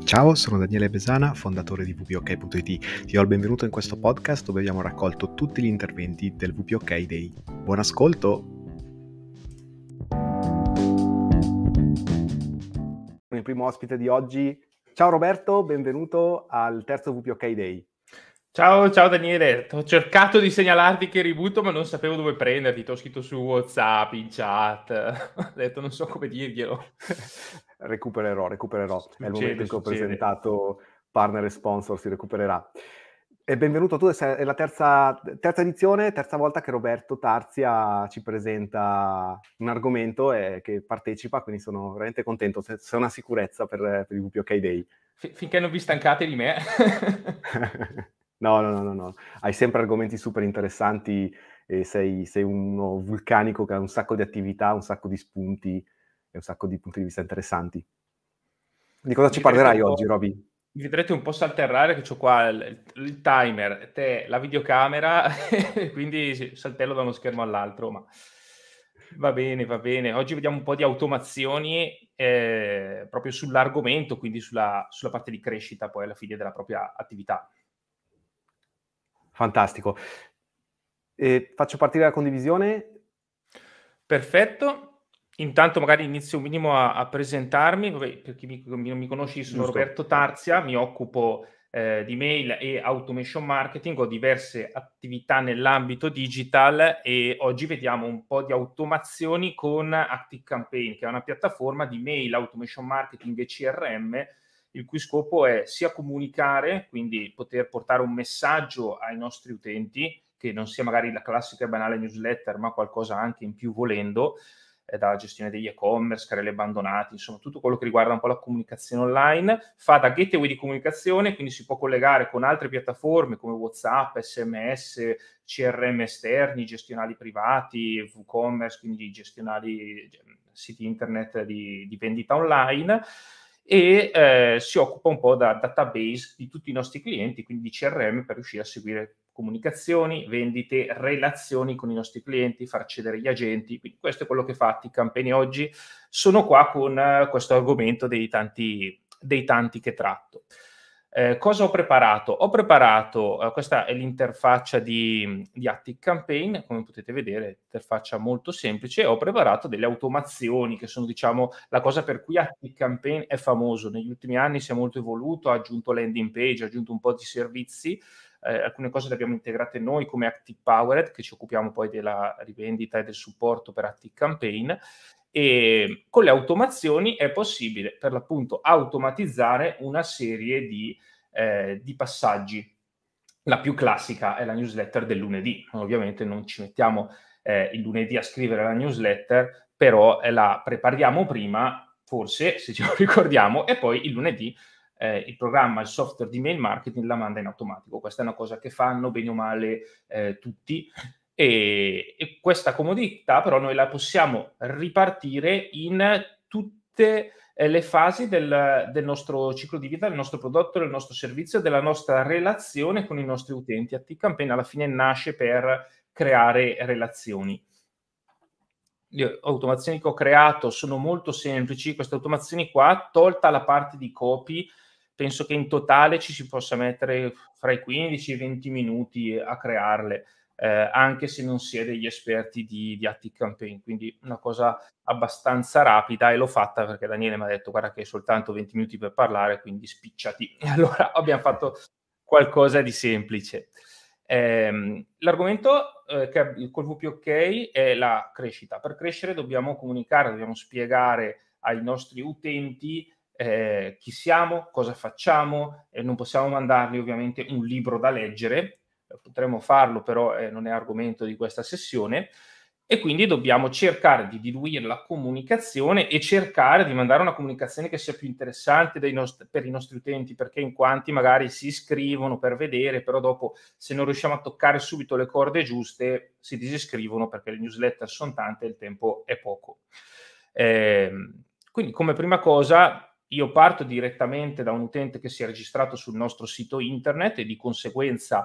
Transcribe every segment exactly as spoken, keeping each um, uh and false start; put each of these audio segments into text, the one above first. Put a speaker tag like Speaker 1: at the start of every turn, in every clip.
Speaker 1: Ciao, sono Daniele Besana, fondatore di W P O K punto it. Ti do il benvenuto in questo podcast dove abbiamo raccolto tutti gli interventi del W P O K Day. Buon ascolto! Il primo ospite di oggi. Ciao Roberto, benvenuto al terzo W P O K Day.
Speaker 2: Ciao, ciao Daniele, ho cercato di segnalarti che eri butto ma non sapevo dove prenderti, ti ho scritto su WhatsApp, in chat, ho detto non so come dirglielo.
Speaker 1: recupererò, recupererò,
Speaker 2: Succede,
Speaker 1: è il momento in cui ho
Speaker 2: succede.
Speaker 1: presentato partner e sponsor, si recupererà. E benvenuto tu, è la terza, terza edizione, terza volta che Roberto Tarzia ci presenta un argomento e che partecipa, quindi sono veramente contento, sei una sicurezza per, per il W P O K Day.
Speaker 2: F- finché non vi stancate di me.
Speaker 1: No, no, no, no, no, hai sempre argomenti super interessanti e sei, sei uno vulcanico che ha un sacco di attività, un sacco di spunti e un sacco di punti di vista interessanti. Di cosa ci
Speaker 2: Vedrete
Speaker 1: parlerai
Speaker 2: un po',
Speaker 1: oggi, Roby?
Speaker 2: vi vedrete un po' saltellare che ho qua il, il timer, te la videocamera, quindi sì, saltello da uno schermo all'altro, ma va bene, va bene. Oggi vediamo un po' di automazioni eh, proprio sull'argomento, quindi sulla, sulla parte di crescita poi alla fine della propria attività.
Speaker 1: Fantastico. E faccio partire la condivisione.
Speaker 2: Perfetto. Intanto magari inizio un minimo a, a presentarmi. Vabbè, per chi mi, non mi conosci, sono
Speaker 1: Giusto.
Speaker 2: Roberto Tarzia, mi occupo eh, di mail e automation marketing, ho diverse attività nell'ambito digital e oggi vediamo un po' di automazioni con ActiveCampaign, che è una piattaforma di mail, automation marketing e C R M, il cui scopo è sia comunicare, quindi poter portare un messaggio ai nostri utenti, che non sia magari la classica e banale newsletter, ma qualcosa anche in più volendo, eh, dalla gestione degli e-commerce, carrelli abbandonati, insomma tutto quello che riguarda un po' la comunicazione online, fa da gateway di comunicazione, quindi si può collegare con altre piattaforme come WhatsApp, S M S, C R M esterni, gestionali privati, WooCommerce, quindi gestionali siti internet di, di vendita online, e eh, si occupa un po' da database di tutti i nostri clienti, quindi di C R M, per riuscire a seguire comunicazioni, vendite, relazioni con i nostri clienti, far accedere gli agenti. Quindi questo è quello che fa ActiveCampaign oggi. Sono qua con uh, questo argomento dei tanti, dei tanti che tratto. Eh, cosa ho preparato? Ho preparato, uh, questa è l'interfaccia di, di ActiveCampaign, come potete vedere, interfaccia molto semplice. Ho preparato delle automazioni che sono, diciamo, la cosa per cui ActiveCampaign è famoso. Negli ultimi anni si è molto evoluto, ha aggiunto landing page, ha aggiunto un po' di servizi. Eh, alcune cose le abbiamo integrate noi come ActivePowered, che ci occupiamo poi della rivendita e del supporto per ActiveCampaign, e con le automazioni è possibile per l'appunto automatizzare una serie di, eh, di passaggi. La più classica è la newsletter del lunedì. Ovviamente non ci mettiamo eh, il lunedì a scrivere la newsletter, però eh, la prepariamo prima, forse se ce lo ricordiamo, e poi il lunedì eh, il programma, il software di mail marketing la manda in automatico. Questa è una cosa che fanno bene o male eh, tutti, e, e questa comodità però noi la possiamo ripartire in tutte eh, le fasi del, del nostro ciclo di vita, del nostro prodotto, del nostro servizio, della nostra relazione con i nostri utenti. ActiveCampaign alla fine nasce per creare relazioni. Le automazioni che ho creato sono molto semplici. Queste automazioni qua, tolta la parte di copy, penso che in totale ci si possa mettere fra i quindici e i venti minuti a crearle, eh, anche se non si è degli esperti di, di ActiveCampaign, quindi una cosa abbastanza rapida, e l'ho fatta perché Daniele mi ha detto guarda che hai soltanto venti minuti per parlare, quindi spicciati. E allora abbiamo fatto qualcosa di semplice. Eh, l'argomento eh, che col W P O K è la crescita. Per crescere dobbiamo comunicare, dobbiamo spiegare ai nostri utenti eh, chi siamo, cosa facciamo, e non possiamo mandargli ovviamente un libro da leggere, potremmo farlo però eh, non è argomento di questa sessione, e quindi dobbiamo cercare di diluire la comunicazione e cercare di mandare una comunicazione che sia più interessante dei nost- per i nostri utenti, perché in quanti magari si iscrivono per vedere, però dopo se non riusciamo a toccare subito le corde giuste si disiscrivono perché le newsletter sono tante e il tempo è poco. Eh, quindi come prima cosa io parto direttamente da un utente che si è registrato sul nostro sito internet e di conseguenza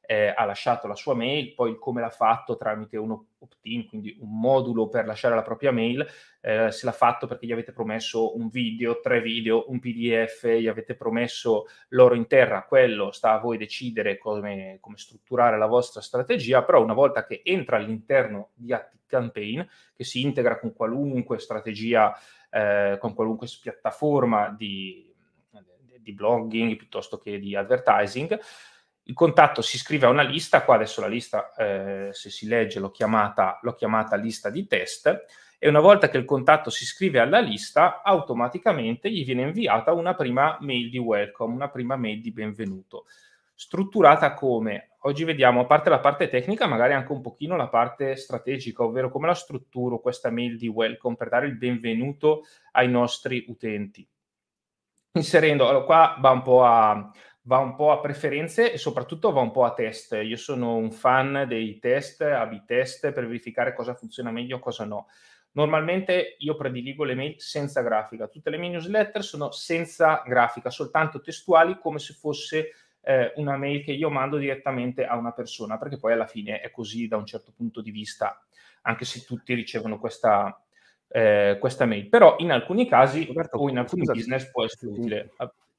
Speaker 2: eh, ha lasciato la sua mail, poi come l'ha fatto tramite un opt-in, quindi un modulo per lasciare la propria mail, eh, se l'ha fatto perché gli avete promesso un video, tre video, un P D F, gli avete promesso l'oro in terra, quello sta a voi decidere come, come strutturare la vostra strategia, però una volta che entra all'interno di ActiveCampaign, che si integra con qualunque strategia, eh, con qualunque piattaforma di, di blogging piuttosto che di advertising, il contatto si iscrive a una lista. Qua adesso la lista, eh, se si legge, l'ho chiamata, l'ho chiamata lista di test, e una volta che il contatto si iscrive alla lista, automaticamente gli viene inviata una prima mail di welcome, una prima mail di benvenuto, strutturata come? Oggi vediamo, a parte la parte tecnica, magari anche un pochino la parte strategica, ovvero come la strutturo questa mail di welcome per dare il benvenuto ai nostri utenti. Inserendo, allora qua va un po' a... va un po' a preferenze e soprattutto va un po' a test. Io sono un fan dei test, A B test, per verificare cosa funziona meglio e cosa no. Normalmente io prediligo le mail senza grafica. Tutte le mie newsletter sono senza grafica, soltanto testuali, come se fosse eh, una mail che io mando direttamente a una persona, perché poi alla fine è così da un certo punto di vista, anche se tutti ricevono questa, eh, questa mail. Però in alcuni casi
Speaker 1: Roberto,
Speaker 2: o in alcuni
Speaker 1: scusa,
Speaker 2: business può essere
Speaker 1: se ti-
Speaker 2: utile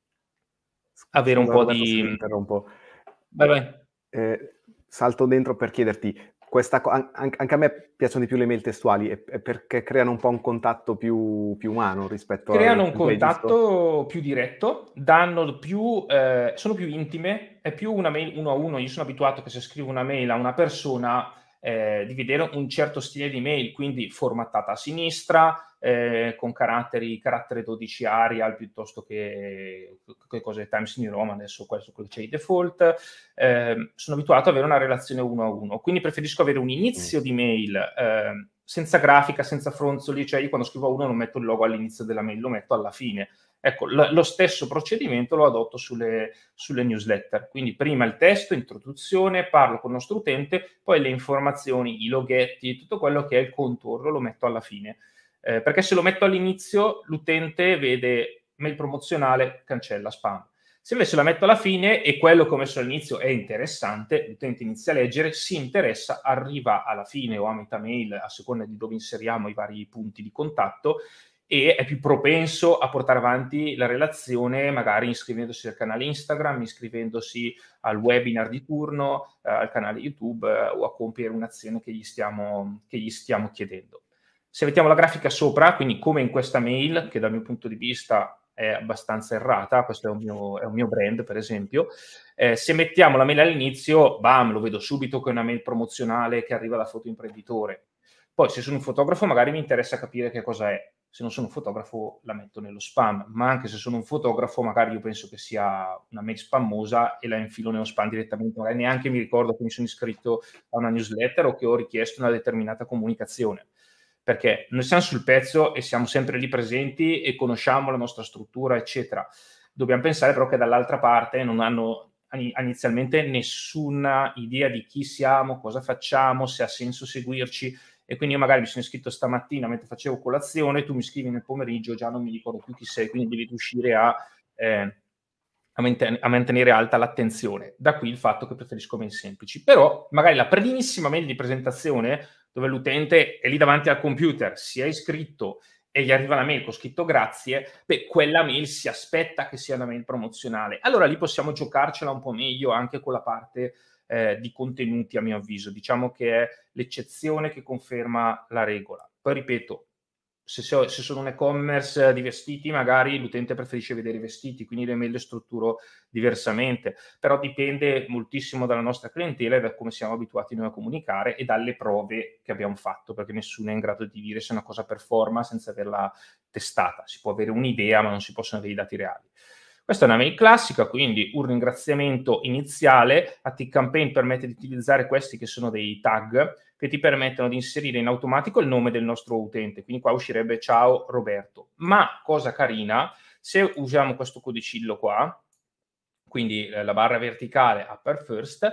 Speaker 2: avere un
Speaker 1: scusa
Speaker 2: po'
Speaker 1: Roberto se ti
Speaker 2: di...
Speaker 1: interrompo.
Speaker 2: Vai, vai.
Speaker 1: Eh, salto dentro per chiederti, questa co- an- anche a me piacciono di più le mail testuali, è, è perché creano un po' un contatto più, più umano rispetto
Speaker 2: Creano
Speaker 1: al
Speaker 2: un
Speaker 1: template, giusto?
Speaker 2: contatto più diretto, danno più, eh, sono più intime, è più una mail uno a uno. Io sono abituato che se scrivo una mail a una persona eh, di vedere un certo stile di mail, quindi formattata a sinistra, eh, con caratteri, carattere dodici Arial piuttosto che, che cose Times New Roman, adesso questo quello c'è i default. Eh, sono abituato ad avere una relazione uno a uno, quindi preferisco avere un inizio
Speaker 1: Mm.
Speaker 2: di mail eh, senza grafica, senza fronzoli, cioè io quando scrivo a uno non metto il logo all'inizio della mail, lo metto alla fine. Ecco, l- lo stesso procedimento lo adotto sulle, sulle newsletter, quindi prima il testo, introduzione, parlo con il nostro utente, poi le informazioni, i loghetti, tutto quello che è il contorno lo metto alla fine, eh, perché se lo metto all'inizio l'utente vede mail promozionale, cancella spam. Se invece la metto alla fine e quello che ho messo all'inizio è interessante, l'utente inizia a leggere, si interessa, arriva alla fine o a metà mail, a seconda di dove inseriamo i vari punti di contatto, e è più propenso a portare avanti la relazione, magari iscrivendosi al canale Instagram, iscrivendosi al webinar di turno, eh, al canale YouTube, eh, o a compiere un'azione che gli stiamo, che gli stiamo chiedendo. Se mettiamo la grafica sopra, quindi come in questa mail, che dal mio punto di vista è abbastanza errata, questo è un mio, è un mio brand per esempio, eh, se mettiamo la mail all'inizio, bam, lo vedo subito che è una mail promozionale che arriva da fotoimprenditore. Poi se sono un fotografo magari mi interessa capire che cosa è, se non sono un fotografo la metto nello spam, ma anche se sono un fotografo magari io penso che sia una mail spammosa e la infilo nello spam direttamente, magari neanche mi ricordo che mi sono iscritto a una newsletter o che ho richiesto una determinata comunicazione, perché noi siamo sul pezzo e siamo sempre lì presenti e conosciamo la nostra struttura, eccetera. Dobbiamo pensare però che dall'altra parte non hanno inizialmente nessuna idea di chi siamo, cosa facciamo, se ha senso seguirci, e quindi io magari mi sono iscritto stamattina mentre facevo colazione, tu mi scrivi nel pomeriggio, già non mi ricordo più chi sei, quindi devi riuscire a, eh, a, manten- a mantenere alta l'attenzione. Da qui il fatto che preferisco mail semplici. Però magari la primissima mail di presentazione, dove l'utente è lì davanti al computer, si è iscritto e gli arriva la mail con scritto grazie, beh, quella mail si aspetta che sia una mail promozionale. Allora lì possiamo giocarcela un po' meglio anche con la parte eh, di contenuti, a mio avviso. Diciamo che è l'eccezione che conferma la regola. Poi ripeto, se, so, se sono un e-commerce di vestiti, magari l'utente preferisce vedere i vestiti, quindi le mail le strutturo diversamente, però dipende moltissimo dalla nostra clientela e da come siamo abituati noi a comunicare e dalle prove che abbiamo fatto, perché nessuno è in grado di dire se una cosa performa senza averla testata. Si può avere un'idea, ma non si possono avere i dati reali. Questa è una mail classica, quindi un ringraziamento iniziale. ActiveCampaign permette di utilizzare questi che sono dei tag che ti permettono di inserire in automatico il nome del nostro utente, quindi qua uscirebbe ciao Roberto. Ma cosa carina, se usiamo questo codicillo qua, quindi eh, la barra verticale upper first,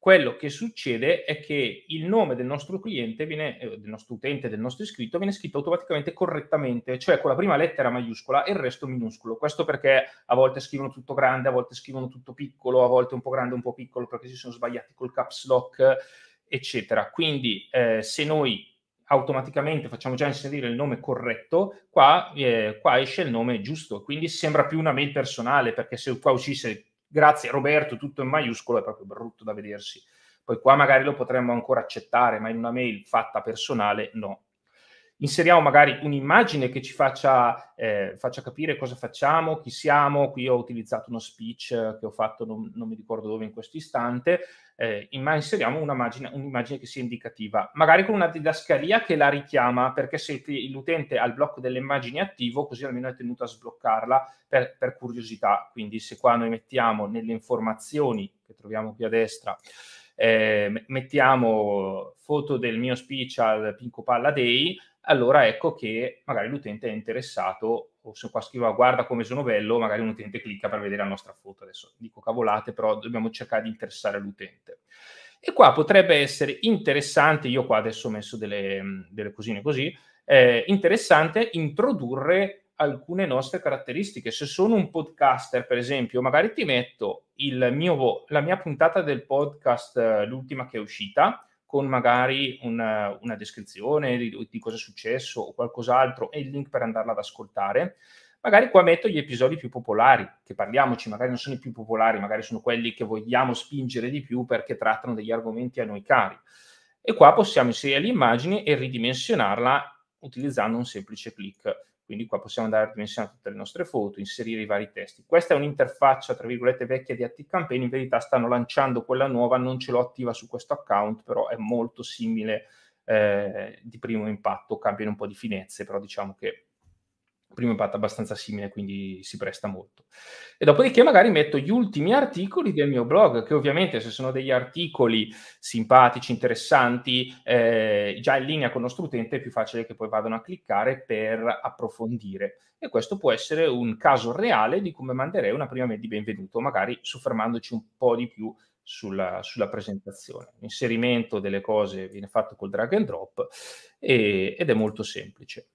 Speaker 2: quello che succede è che il nome del nostro cliente viene, eh, del nostro utente, del nostro iscritto, viene scritto automaticamente correttamente, cioè con la prima lettera maiuscola e il resto minuscolo. Questo perché a volte scrivono tutto grande, a volte scrivono tutto piccolo, a volte un po' grande, un po' piccolo, perché si sono sbagliati col caps lock, eccetera. Quindi eh, se noi automaticamente facciamo già inserire il nome corretto, qua, eh, qua esce il nome giusto, quindi sembra più una mail personale, perché se qua uscisse grazie Roberto tutto in maiuscolo è proprio brutto da vedersi. Poi qua magari lo potremmo ancora accettare, ma in una mail fatta personale no. Inseriamo magari un'immagine che ci faccia, eh, faccia capire cosa facciamo, chi siamo. Qui ho utilizzato uno speech che ho fatto, non, non mi ricordo dove in questo istante, eh, ma inseriamo un'immagine, un'immagine che sia indicativa, magari con una didascalia che la richiama, perché se l'utente ha il blocco delle immagini attivo, così almeno è tenuto a sbloccarla per, per curiosità. Quindi se qua noi mettiamo nelle informazioni che troviamo qui a destra, eh, mettiamo foto del mio speech al Pinco Palla Day, allora ecco che magari l'utente è interessato, o se qua scrivo guarda come sono bello, magari un utente clicca per vedere la nostra foto. Adesso dico cavolate, però dobbiamo cercare di interessare l'utente. E qua potrebbe essere interessante, io qua adesso ho messo delle, delle cosine così, eh, interessante introdurre alcune nostre caratteristiche. Se sono un podcaster, per esempio, magari ti metto il mio, la mia puntata del podcast, l'ultima che è uscita, con magari una, una descrizione di, di cosa è successo o qualcos'altro e il link per andarla ad ascoltare. Magari qua metto gli episodi più popolari, che parliamoci, magari non sono i più popolari, magari sono quelli che vogliamo spingere di più perché trattano degli argomenti a noi cari. E qua possiamo inserire l'immagine e ridimensionarla utilizzando un semplice click. Quindi qua possiamo andare a dimensionare tutte le nostre foto, inserire i vari testi. Questa è un'interfaccia, tra virgolette, vecchia di ActiveCampaign. In verità stanno lanciando quella nuova, non ce l'ho attiva su questo account, però è molto simile eh, di primo impatto, cambiano un po' di finezze, però diciamo che primo impatto è abbastanza simile, quindi si presta molto. E dopodiché magari metto gli ultimi articoli del mio blog, che ovviamente se sono degli articoli simpatici, interessanti, eh, già in linea con il nostro utente, è più facile che poi vadano a cliccare per approfondire. E questo può essere un caso reale di come manderei una prima mail di benvenuto, magari soffermandoci un po' di più sulla, sulla presentazione. L'inserimento delle cose viene fatto col drag and drop e, ed è molto semplice.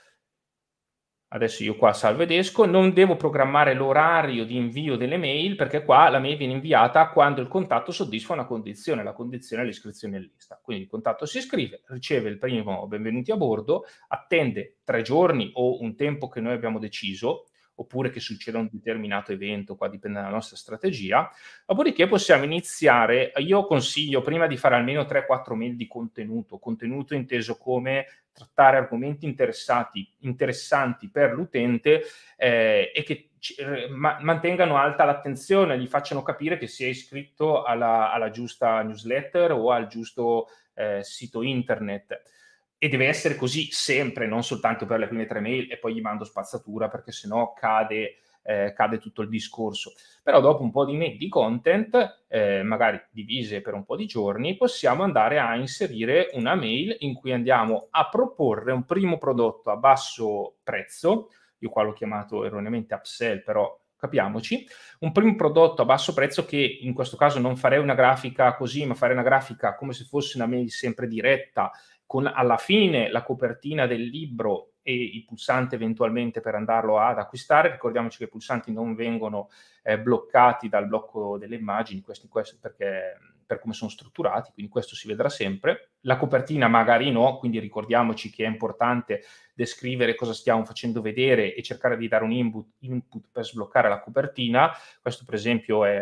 Speaker 2: Adesso io qua salvo ed esco, non devo programmare l'orario di invio delle mail, perché qua la mail viene inviata quando il contatto soddisfa una condizione, la condizione è l'iscrizione in lista. Quindi il contatto si iscrive, riceve il primo benvenuti a bordo, attende tre giorni o un tempo che noi abbiamo deciso, oppure che succeda un determinato evento, qua dipende dalla nostra strategia. Dopodiché possiamo iniziare, io consiglio prima di fare almeno tre quattro mail di contenuto, contenuto inteso come trattare argomenti interessati, interessanti per l'utente eh, e che eh, ma, mantengano alta l'attenzione, gli facciano capire che si è iscritto alla, alla giusta newsletter o al giusto eh, sito internet. E deve essere così sempre, non soltanto per le prime tre mail e poi gli mando spazzatura, perché sennò cade, eh, cade tutto il discorso. Però dopo un po' di mail di content, eh, magari divise per un po' di giorni, possiamo andare a inserire una mail in cui andiamo a proporre un primo prodotto a basso prezzo. Io qua l'ho chiamato erroneamente upsell, però capiamoci, un primo prodotto a basso prezzo, che in questo caso non farei una grafica così, ma farei una grafica come se fosse una mail sempre diretta, con alla fine la copertina del libro e il pulsante eventualmente per andarlo ad acquistare. Ricordiamoci che i pulsanti non vengono eh, bloccati dal blocco delle immagini, questi, questo perché per come sono strutturati, quindi questo si vedrà sempre. La copertina magari no, quindi ricordiamoci che è importante descrivere cosa stiamo facendo vedere e cercare di dare un input, input per sbloccare la copertina. Questo per esempio è,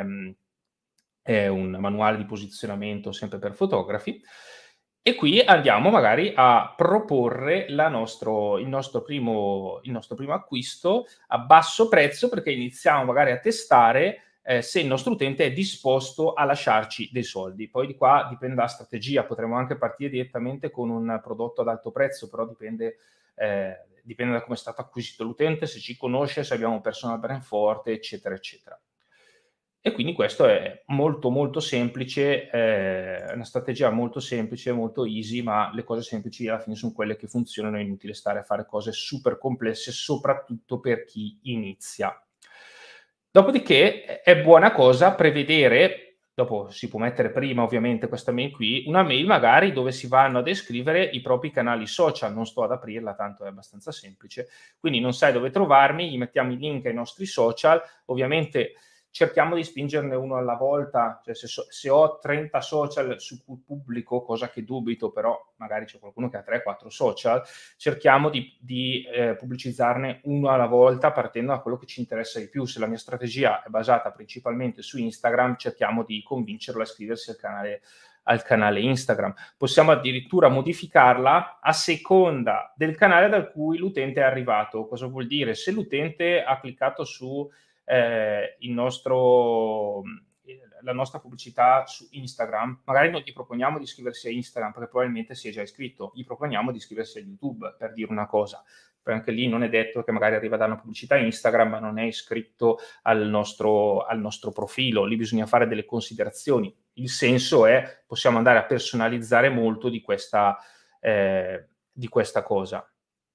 Speaker 2: è un manuale di posizionamento sempre per fotografi. E qui andiamo magari a proporre la nostro, il, nostro primo, il nostro primo acquisto a basso prezzo, perché iniziamo magari a testare eh, se il nostro utente è disposto a lasciarci dei soldi. Poi di qua dipende dalla strategia, potremmo anche partire direttamente con un prodotto ad alto prezzo, però dipende, eh, dipende da come è stato acquisito l'utente, se ci conosce, se abbiamo un personal brand forte, eccetera, eccetera. E quindi questo è molto molto semplice, è una strategia molto semplice, molto easy, ma le cose semplici alla fine sono quelle che funzionano, è inutile stare a fare cose super complesse, soprattutto per chi inizia. Dopodiché è buona cosa prevedere dopo si può mettere prima ovviamente questa mail qui, una mail magari dove si vanno a descrivere i propri canali social, non sto ad aprirla, tanto è abbastanza semplice, quindi non sai dove trovarmi, gli mettiamo i link ai nostri social, ovviamente cerchiamo di spingerne uno alla volta, cioè se, so, se ho trenta social su cui pubblico, cosa che dubito, però magari c'è qualcuno che ha tre quattro social, cerchiamo di, di eh, pubblicizzarne uno alla volta partendo da quello che ci interessa di più. Se la mia strategia è basata principalmente su Instagram, cerchiamo di convincerlo a iscriversi al canale, al canale Instagram. Possiamo addirittura modificarla a seconda del canale da cui l'utente è arrivato. Cosa vuol dire? Se l'utente ha cliccato su eh, il nostro, la nostra pubblicità su Instagram, magari non gli proponiamo di iscriversi a Instagram perché probabilmente si è già iscritto, gli proponiamo di iscriversi a YouTube, per dire una cosa. Perché anche lì non è detto che magari arriva da una pubblicità Instagram ma non è iscritto al nostro, al nostro profilo, lì bisogna fare delle considerazioni. Il senso è, possiamo andare a personalizzare molto di questa, eh, di questa cosa.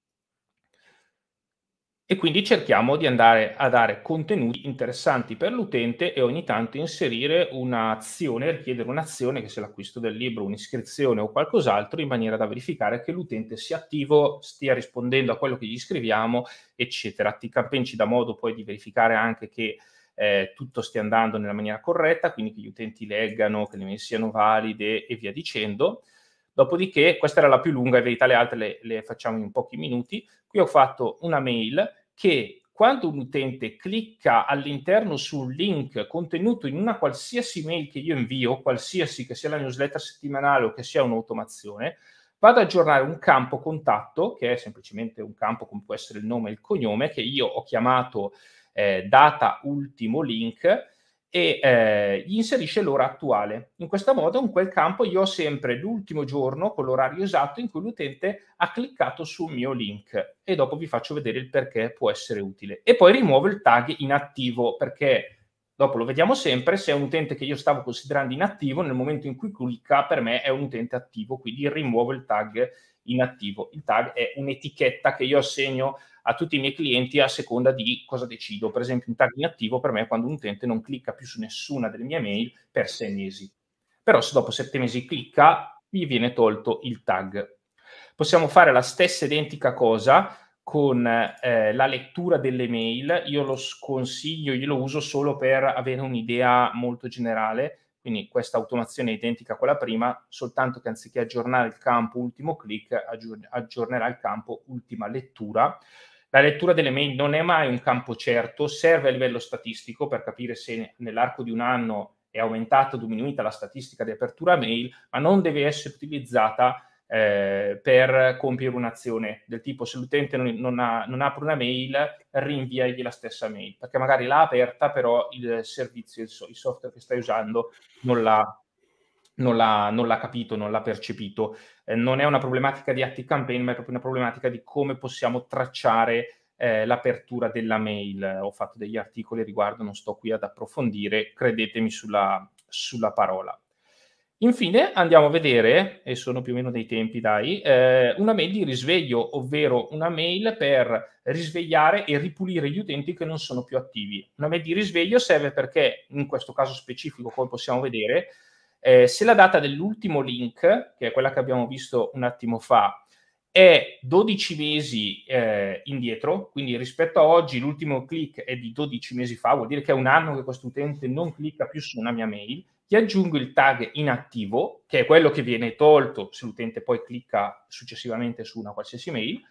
Speaker 2: E quindi cerchiamo di andare a dare contenuti interessanti per l'utente e ogni tanto inserire un'azione, richiedere un'azione, che sia l'acquisto del libro, un'iscrizione o qualcos'altro, in maniera da verificare che l'utente sia attivo, stia rispondendo a quello che gli scriviamo, eccetera. ActiveCampaign ci dà modo poi di verificare anche che eh, tutto stia andando nella maniera corretta, quindi che gli utenti leggano, che le mail siano valide e via dicendo. Dopodiché, questa era la più lunga, in verità le altre le, le facciamo in pochi minuti. Qui ho fatto una mail che quando un utente clicca all'interno sul link contenuto in una qualsiasi mail che io invio, qualsiasi che sia la newsletter settimanale o che sia un'automazione, vado ad aggiornare un campo contatto, che è semplicemente un campo come può essere il nome e il cognome, che io ho chiamato eh, data ultimo link, e eh, gli inserisce l'ora attuale. In questo modo, in quel campo, io ho sempre l'ultimo giorno con l'orario esatto in cui l'utente ha cliccato sul mio link, e dopo vi faccio vedere il perché può essere utile. E poi rimuovo il tag inattivo, perché dopo lo vediamo sempre, se è un utente che io stavo considerando inattivo, nel momento in cui clicca, per me è un utente attivo, quindi rimuovo il tag inattivo. Il tag è un'etichetta che io assegno a tutti i miei clienti a seconda di cosa decido. Per esempio, un tag inattivo per me è quando un utente non clicca più su nessuna delle mie mail per sei mesi. Però se dopo sette mesi clicca, gli viene tolto il tag. Possiamo fare la stessa identica cosa con eh, la lettura delle mail. Io lo sconsiglio, io lo uso solo per avere un'idea molto generale, quindi questa automazione è identica a quella prima, soltanto che anziché aggiornare il campo ultimo click, aggiornerà il campo ultima lettura. La lettura delle mail non è mai un campo certo, serve a livello statistico per capire se nell'arco di un anno è aumentata o diminuita la statistica di apertura mail, ma non deve essere utilizzata eh, per compiere un'azione del tipo: se l'utente non, non, ha, non apre una mail, rinviagli la stessa mail, perché magari l'ha aperta, però il servizio, il, so, il software che stai usando non l'ha, non l'ha, non l'ha capito, non l'ha percepito. Eh, non è una problematica di ActiveCampaign, ma è proprio una problematica di come possiamo tracciare eh, l'apertura della mail. Ho fatto degli articoli riguardo, non sto qui ad approfondire, credetemi sulla, sulla parola. Infine andiamo a vedere, e sono più o meno dei tempi, dai, eh, una mail di risveglio, ovvero una mail per risvegliare e ripulire gli utenti che non sono più attivi. Una mail di risveglio serve perché, in questo caso specifico, come possiamo vedere, eh, se la data dell'ultimo link, che è quella che abbiamo visto un attimo fa, è dodici mesi eh, indietro, quindi rispetto a oggi l'ultimo click è di dodici mesi fa, vuol dire che è un anno che questo utente non clicca più su una mia mail, ti aggiungo il tag inattivo, che è quello che viene tolto se l'utente poi clicca successivamente su una qualsiasi mail.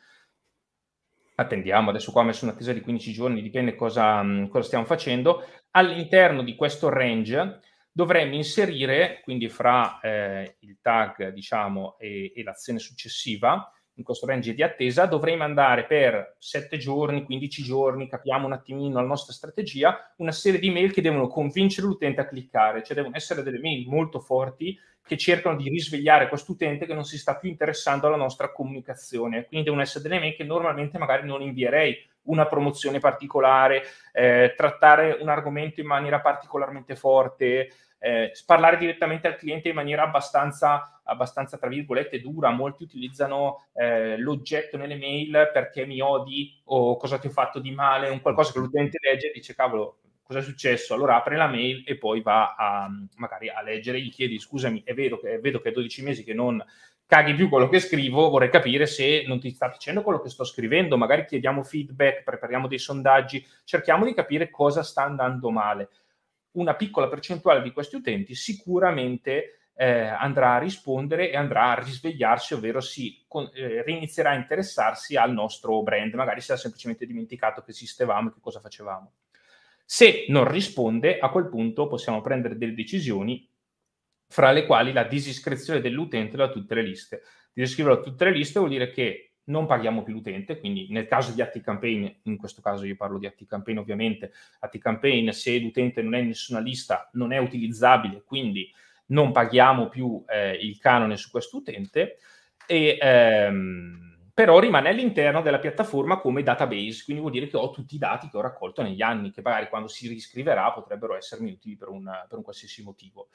Speaker 2: Attendiamo, adesso qua ho messo un'attesa di quindici giorni, dipende cosa, cosa stiamo facendo. All'interno di questo range dovremmo inserire, quindi fra eh, il tag, diciamo, e, e l'azione successiva, in questo range di attesa, dovremo andare per sette giorni, quindici giorni, capiamo un attimino la nostra strategia, una serie di mail che devono convincere l'utente a cliccare, cioè devono essere delle mail molto forti che cercano di risvegliare quest'utente che non si sta più interessando alla nostra comunicazione. Quindi devono essere delle mail che normalmente magari non invierei, una promozione particolare, eh, trattare un argomento in maniera particolarmente forte, eh, parlare direttamente al cliente in maniera abbastanza, abbastanza tra virgolette, dura. Molti utilizzano eh, l'oggetto nelle mail perché mi odi o cosa ti ho fatto di male, un qualcosa che l'utente legge e dice: cavolo, cosa è successo? Allora apre la mail e poi va a, magari a leggere, gli chiedi scusami, è vero che, vedo che è dodici mesi che non caghi più quello che scrivo, vorrei capire se non ti sta piacendo quello che sto scrivendo, magari chiediamo feedback, prepariamo dei sondaggi, cerchiamo di capire cosa sta andando male. Una piccola percentuale di questi utenti sicuramente eh, andrà a rispondere e andrà a risvegliarsi, ovvero si con, eh, rinizierà a interessarsi al nostro brand, magari si è semplicemente dimenticato che esistevamo e che cosa facevamo. Se non risponde, a quel punto possiamo prendere delle decisioni, fra le quali la disiscrizione dell'utente da tutte le liste. Disiscriverlo da tutte le liste vuol dire che non paghiamo più l'utente, quindi nel caso di ActiveCampaign, in questo caso io parlo di ActiveCampaign ovviamente, ActiveCampaign se l'utente non è in nessuna lista non è utilizzabile, quindi non paghiamo più eh, il canone su questo utente, e, ehm, però rimane all'interno della piattaforma come database, quindi vuol dire che ho tutti i dati che ho raccolto negli anni, che magari quando si riscriverà potrebbero essermi utili per un, per un qualsiasi motivo.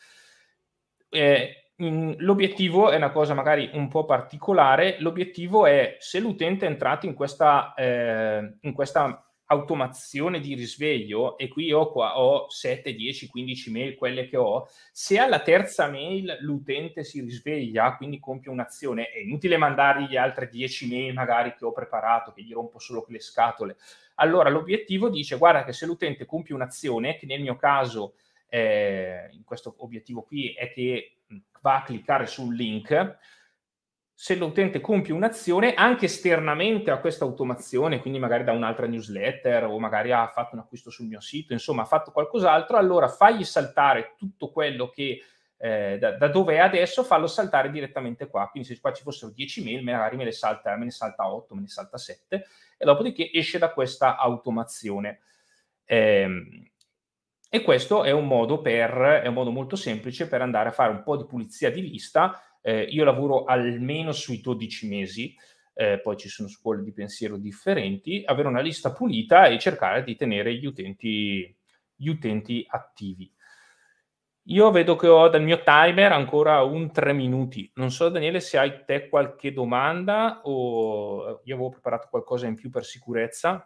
Speaker 2: Eh, in, l'obiettivo è una cosa magari un po' particolare, l'obiettivo è se l'utente è entrato in questa, eh, in questa automazione di risveglio, e qui ho, qua, ho sette, dieci, quindici mail, quelle che ho, se alla terza mail l'utente si risveglia, quindi compie un'azione, è inutile mandargli le altre dieci mail magari che ho preparato, che gli rompo solo le scatole. Allora l'obiettivo dice, guarda che se l'utente compie un'azione, che nel mio caso eh, in questo obiettivo qui è che va a cliccare sul link, se l'utente compie un'azione anche esternamente a questa automazione, quindi magari da un'altra newsletter o magari ha fatto un acquisto sul mio sito, insomma ha fatto qualcos'altro, allora fagli saltare tutto quello che eh, da, da dove è adesso, fallo saltare direttamente qua. Quindi se qua ci fossero dieci mail, magari me, le salta, me ne salta otto, me ne salta sette, e dopodiché esce da questa automazione. Ehm, E questo è un modo per, è un modo molto semplice per andare a fare un po' di pulizia di lista. Eh, io lavoro almeno sui dodici mesi, eh, poi ci sono scuole di pensiero differenti, avere una lista pulita e cercare di tenere gli utenti, gli utenti attivi. Io vedo che ho dal mio timer ancora un tre minuti. Non so, Daniele, se hai te qualche domanda o io avevo preparato qualcosa in più per sicurezza.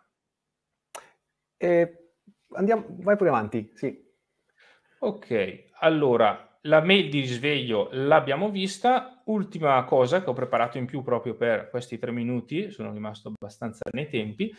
Speaker 1: E andiamo, vai pure avanti, sì.
Speaker 2: Ok, allora la mail di risveglio l'abbiamo vista. Ultima cosa che ho preparato in più proprio per questi tre minuti, sono rimasto abbastanza nei tempi,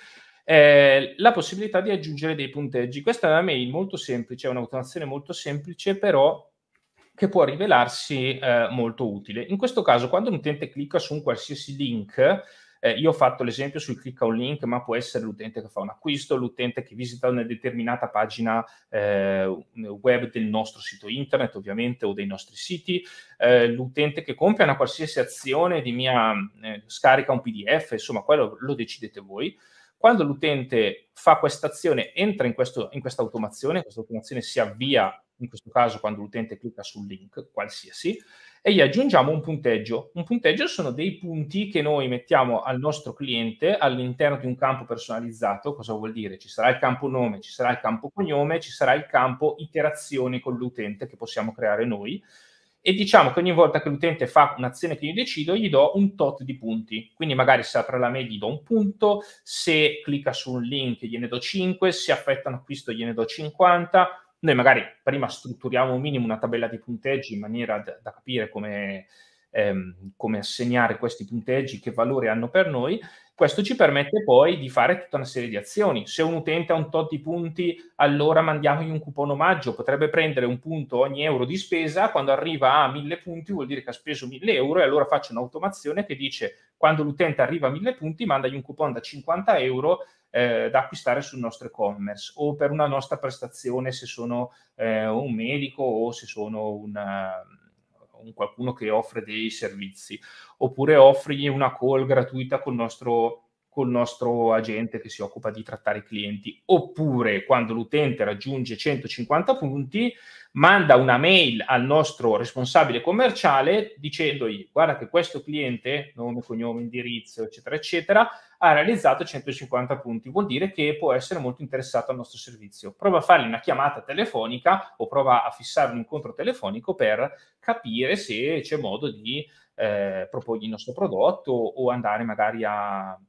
Speaker 2: è la possibilità di aggiungere dei punteggi. Questa è una mail molto semplice, è un'automazione molto semplice, però che può rivelarsi eh, molto utile. In questo caso, quando un utente clicca su un qualsiasi link, eh, io ho fatto l'esempio sul clicca un link, ma può essere l'utente che fa un acquisto, l'utente che visita una determinata pagina eh, web del nostro sito internet, ovviamente, o dei nostri siti, eh, l'utente che compie una qualsiasi azione di mia, eh, scarica un P D F, insomma, quello lo decidete voi. Quando l'utente fa questa azione, entra in, questo, in questa automazione, questa automazione si avvia, in questo caso quando l'utente clicca sul link qualsiasi, e gli aggiungiamo un punteggio. Un punteggio sono dei punti che noi mettiamo al nostro cliente all'interno di un campo personalizzato. Cosa vuol dire? Ci sarà il campo nome, ci sarà il campo cognome, ci sarà il campo iterazioni con l'utente che possiamo creare noi, e diciamo che ogni volta che l'utente fa un'azione che io decido, gli do un tot di punti. Quindi magari se apre la mail gli do un punto, se clicca su un link gliene do cinque, se affetta un acquisto gliene do cinquanta. Noi magari prima strutturiamo un minimo una tabella di punteggi in maniera da, da capire come, ehm, come assegnare questi punteggi, che valore hanno per noi. Questo ci permette poi di fare tutta una serie di azioni. Se un utente ha un tot di punti, allora mandiamogli un coupon omaggio. Potrebbe prendere un punto ogni euro di spesa. Quando arriva a mille punti vuol dire che ha speso mille euro, e allora faccio un'automazione che dice: quando l'utente arriva a mille punti, mandagli un coupon da cinquanta euro eh, da acquistare sul nostro e-commerce, o per una nostra prestazione se sono eh, un medico o se sono una, un qualcuno che offre dei servizi, oppure offrigli una call gratuita col nostro, col nostro agente che si occupa di trattare i clienti. Oppure quando l'utente raggiunge centocinquanta punti, manda una mail al nostro responsabile commerciale dicendogli: guarda che questo cliente, nome, cognome, indirizzo, eccetera, eccetera, ha realizzato centocinquanta punti, vuol dire che può essere molto interessato al nostro servizio. Prova a fargli una chiamata telefonica o prova a fissare un incontro telefonico per capire se c'è modo di eh, proporgli il nostro prodotto, o andare magari a,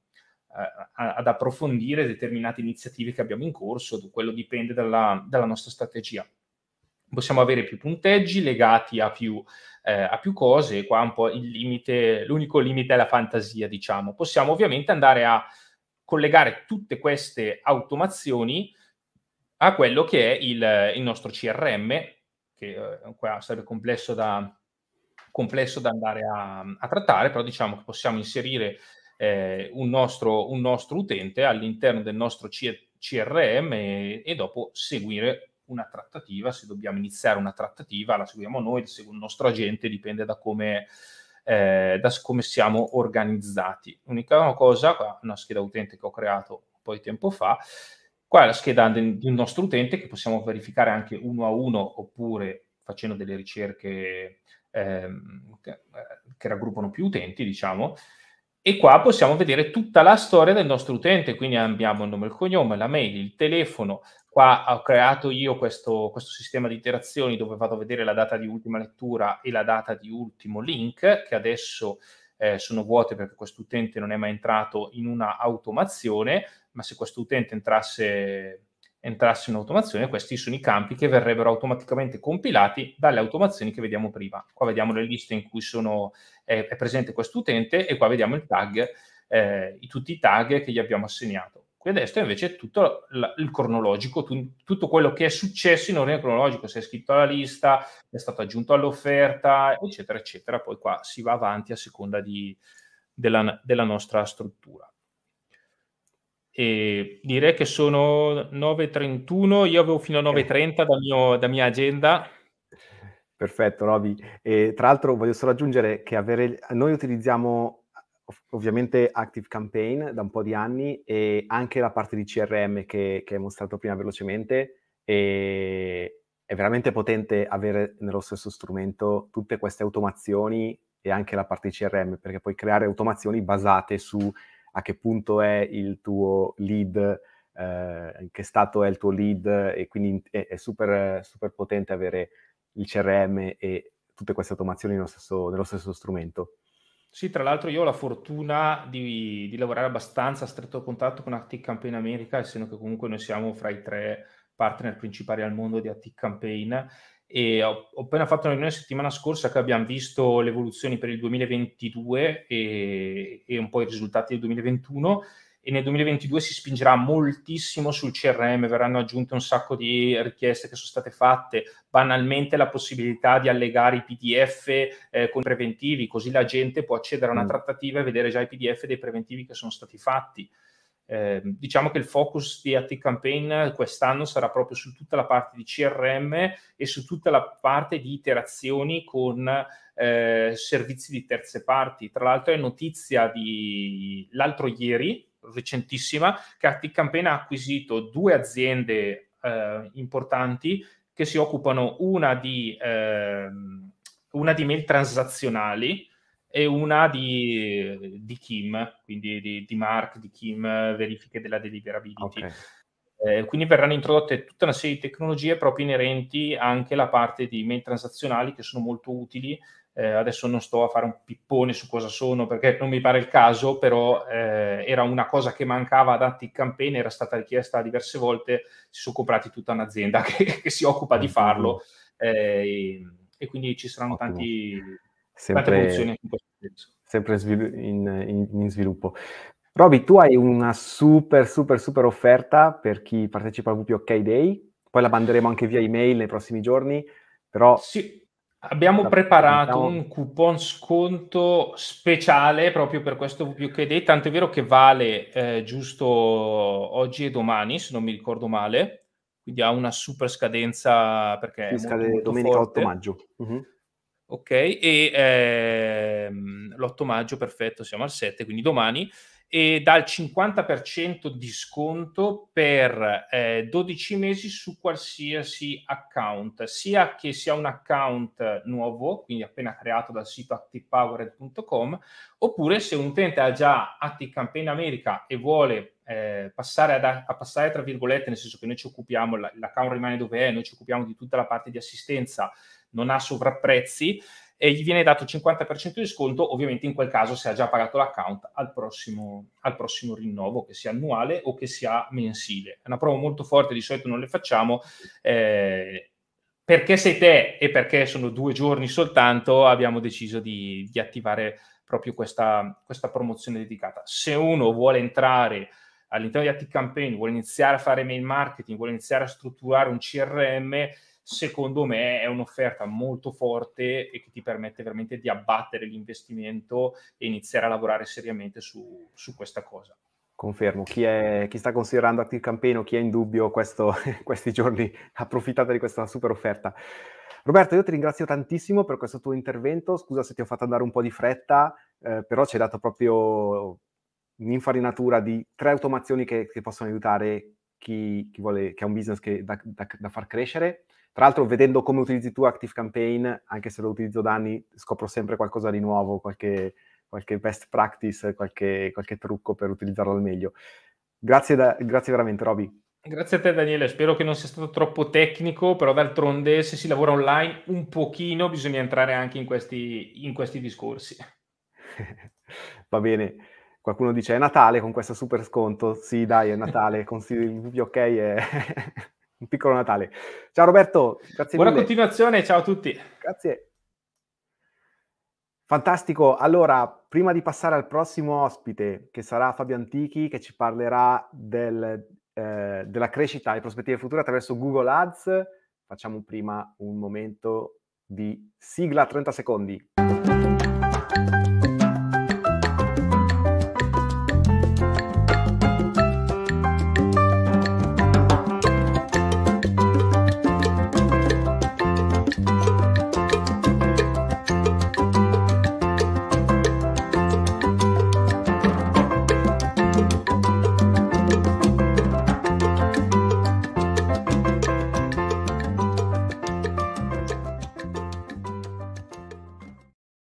Speaker 2: a, ad approfondire determinate iniziative che abbiamo in corso, quello dipende dalla, dalla nostra strategia. Possiamo avere più punteggi legati a più, eh, a più cose, qua un po' il limite, l'unico limite è la fantasia, diciamo. Possiamo ovviamente andare a collegare tutte queste automazioni a quello che è il, il nostro C R M, che eh, qua sarebbe complesso da, complesso da andare a, a trattare, però diciamo che possiamo inserire eh, un, nostro, un nostro utente all'interno del nostro C R M e, e dopo seguire una trattativa. Se dobbiamo iniziare una trattativa la seguiamo noi, la segue il nostro agente, dipende da come, eh, da come siamo organizzati. L'unica cosa, qua una scheda utente che ho creato un po' di tempo fa, qua è la scheda di un nostro utente che possiamo verificare anche uno a uno oppure facendo delle ricerche ehm, che, che raggruppano più utenti, diciamo, e qua possiamo vedere tutta la storia del nostro utente, quindi abbiamo il nome, il cognome, la mail, il telefono. Qua ho creato io questo, questo sistema di interazioni dove vado a vedere la data di ultima lettura e la data di ultimo link, che adesso eh, sono vuote perché questo utente non è mai entrato in una automazione, ma se questo utente entrasse, entrasse in automazione, questi sono i campi che verrebbero automaticamente compilati dalle automazioni che vediamo prima. Qua vediamo le liste in cui sono, è, è presente questo utente e qua vediamo il tag, eh, i, tutti i tag che gli abbiamo assegnato. Qui a destra invece è tutto la, il cronologico, tu, tutto quello che è successo in ordine cronologico, se è scritto alla lista, è stato aggiunto all'offerta, eccetera, eccetera. Poi qua si va avanti a seconda di, della, della nostra struttura. E direi che sono nove e trentuno, io avevo fino a nove e trenta da, mio, da mia agenda.
Speaker 1: Perfetto, Roby. E tra l'altro voglio solo aggiungere che avere, noi utilizziamo ovviamente ActiveCampaign da un po' di anni e anche la parte di C R M che, che hai mostrato prima velocemente, e è veramente potente avere nello stesso strumento tutte queste automazioni e anche la parte di C R M, perché puoi creare automazioni basate su a che punto è il tuo lead, eh, in che stato è il tuo lead, e quindi è, è super, super potente avere il C R M e tutte queste automazioni nello stesso, nello stesso strumento.
Speaker 2: Sì, tra l'altro io ho la fortuna di, di lavorare abbastanza a stretto contatto con ActiveCampaign America, essendo che comunque noi siamo fra i tre partner principali al mondo di ActiveCampaign, e ho, ho appena fatto una riunione settimana scorsa che abbiamo visto le evoluzioni per il duemilaventidue e, e un po' i risultati del duemilaventuno, e nel duemilaventidue si spingerà moltissimo sul C R M, verranno aggiunte un sacco di richieste che sono state fatte, banalmente la possibilità di allegare i P D F eh, con preventivi, così la gente può accedere a una trattativa e vedere già i P D F dei preventivi che sono stati fatti. Eh, diciamo che il focus di ActiveCampaign quest'anno sarà proprio su tutta la parte di C R M e su tutta la parte di iterazioni con eh, servizi di terze parti. Tra l'altro è notizia di l'altro ieri, recentissima, che ActiveCampaign ha acquisito due aziende eh, importanti che si occupano una di, eh, una di mail transazionali e una di, di K I M, quindi di, di Mark, di K I M, verifiche della deliverability.
Speaker 1: Okay.
Speaker 2: Eh, quindi verranno introdotte tutta una serie di tecnologie proprio inerenti anche alla parte di mail transazionali che sono molto utili. Eh, adesso non sto a fare un pippone su cosa sono perché non mi pare il caso, però eh, era una cosa che mancava ad ActiveCampaign, era stata richiesta diverse volte, si sono comprati tutta un'azienda che, che si occupa di farlo, eh, e, e quindi ci saranno
Speaker 1: Ottimo.
Speaker 2: tanti, tante
Speaker 1: Sempre,
Speaker 2: evoluzioni in questo senso.
Speaker 1: sempre svilu- in, in, in sviluppo. Roby, tu hai una super, super, super offerta per chi partecipa al W P O K Day, poi la manderemo anche via email nei prossimi giorni, però...
Speaker 2: Sì, abbiamo
Speaker 1: la
Speaker 2: preparato
Speaker 1: presentiamo.
Speaker 2: un coupon sconto speciale proprio per questo W P O K Day, tanto è vero che vale eh, giusto oggi e domani, se non mi ricordo male, quindi ha una super scadenza perché
Speaker 1: Sì,
Speaker 2: è molto
Speaker 1: scade
Speaker 2: molto
Speaker 1: domenica otto
Speaker 2: forte.
Speaker 1: maggio. Mhm.
Speaker 2: Ok, e ehm, l'otto maggio, perfetto, siamo al sette, quindi domani, e dà il cinquanta per cento di sconto per eh, dodici mesi su qualsiasi account, sia che sia un account nuovo, quindi appena creato dal sito activepowered punto com, oppure se un utente ha già ActiveCampaign America e vuole eh, passare a, a passare tra virgolette, nel senso che noi ci occupiamo, l'account rimane dove è, noi ci occupiamo di tutta la parte di assistenza, non ha sovrapprezzi, e gli viene dato il cinquanta per cento di sconto, ovviamente in quel caso se ha già pagato l'account al prossimo, al prossimo rinnovo, che sia annuale o che sia mensile. È una promo molto forte, di solito non le facciamo, eh, perché sei te e perché sono due giorni soltanto, abbiamo deciso di, di attivare proprio questa, questa promozione dedicata. Se uno vuole entrare all'interno di ActiveCampaign, vuole iniziare a fare mail marketing, vuole iniziare a strutturare un C R M, secondo me è un'offerta molto forte e che ti permette veramente di abbattere l'investimento e iniziare a lavorare seriamente su, su questa cosa.
Speaker 1: Confermo, chi, è, chi sta considerando ActiveCampaign o chi è in dubbio questo, questi giorni, approfittate di questa super offerta. Roberto, io ti ringrazio tantissimo per questo tuo intervento, scusa se ti ho fatto andare un po' di fretta, eh, però ci hai dato proprio un'infarinatura di tre automazioni che, che possono aiutare chi, chi, vuole, chi ha un business che, da, da, da far crescere. Tra l'altro, vedendo come utilizzi tu ActiveCampaign, anche se lo utilizzo da anni, scopro sempre qualcosa di nuovo, qualche, qualche best practice, qualche, qualche trucco per utilizzarlo al meglio. Grazie, da, grazie veramente, Roby.
Speaker 2: Grazie a te Daniele, spero che non sia stato troppo tecnico, però d'altronde se si lavora online un pochino bisogna entrare anche in questi, in questi discorsi.
Speaker 1: Va bene, qualcuno dice è Natale con questo super sconto, sì dai è Natale, consigli ok, è un piccolo Natale. Ciao Roberto, grazie
Speaker 2: Buona
Speaker 1: mille.
Speaker 2: continuazione, ciao a tutti.
Speaker 1: Grazie. Fantastico, allora prima di passare al prossimo ospite che sarà Fabio Antichi che ci parlerà del, eh, della crescita e prospettive future attraverso Google Ads, facciamo prima un momento di sigla trenta secondi.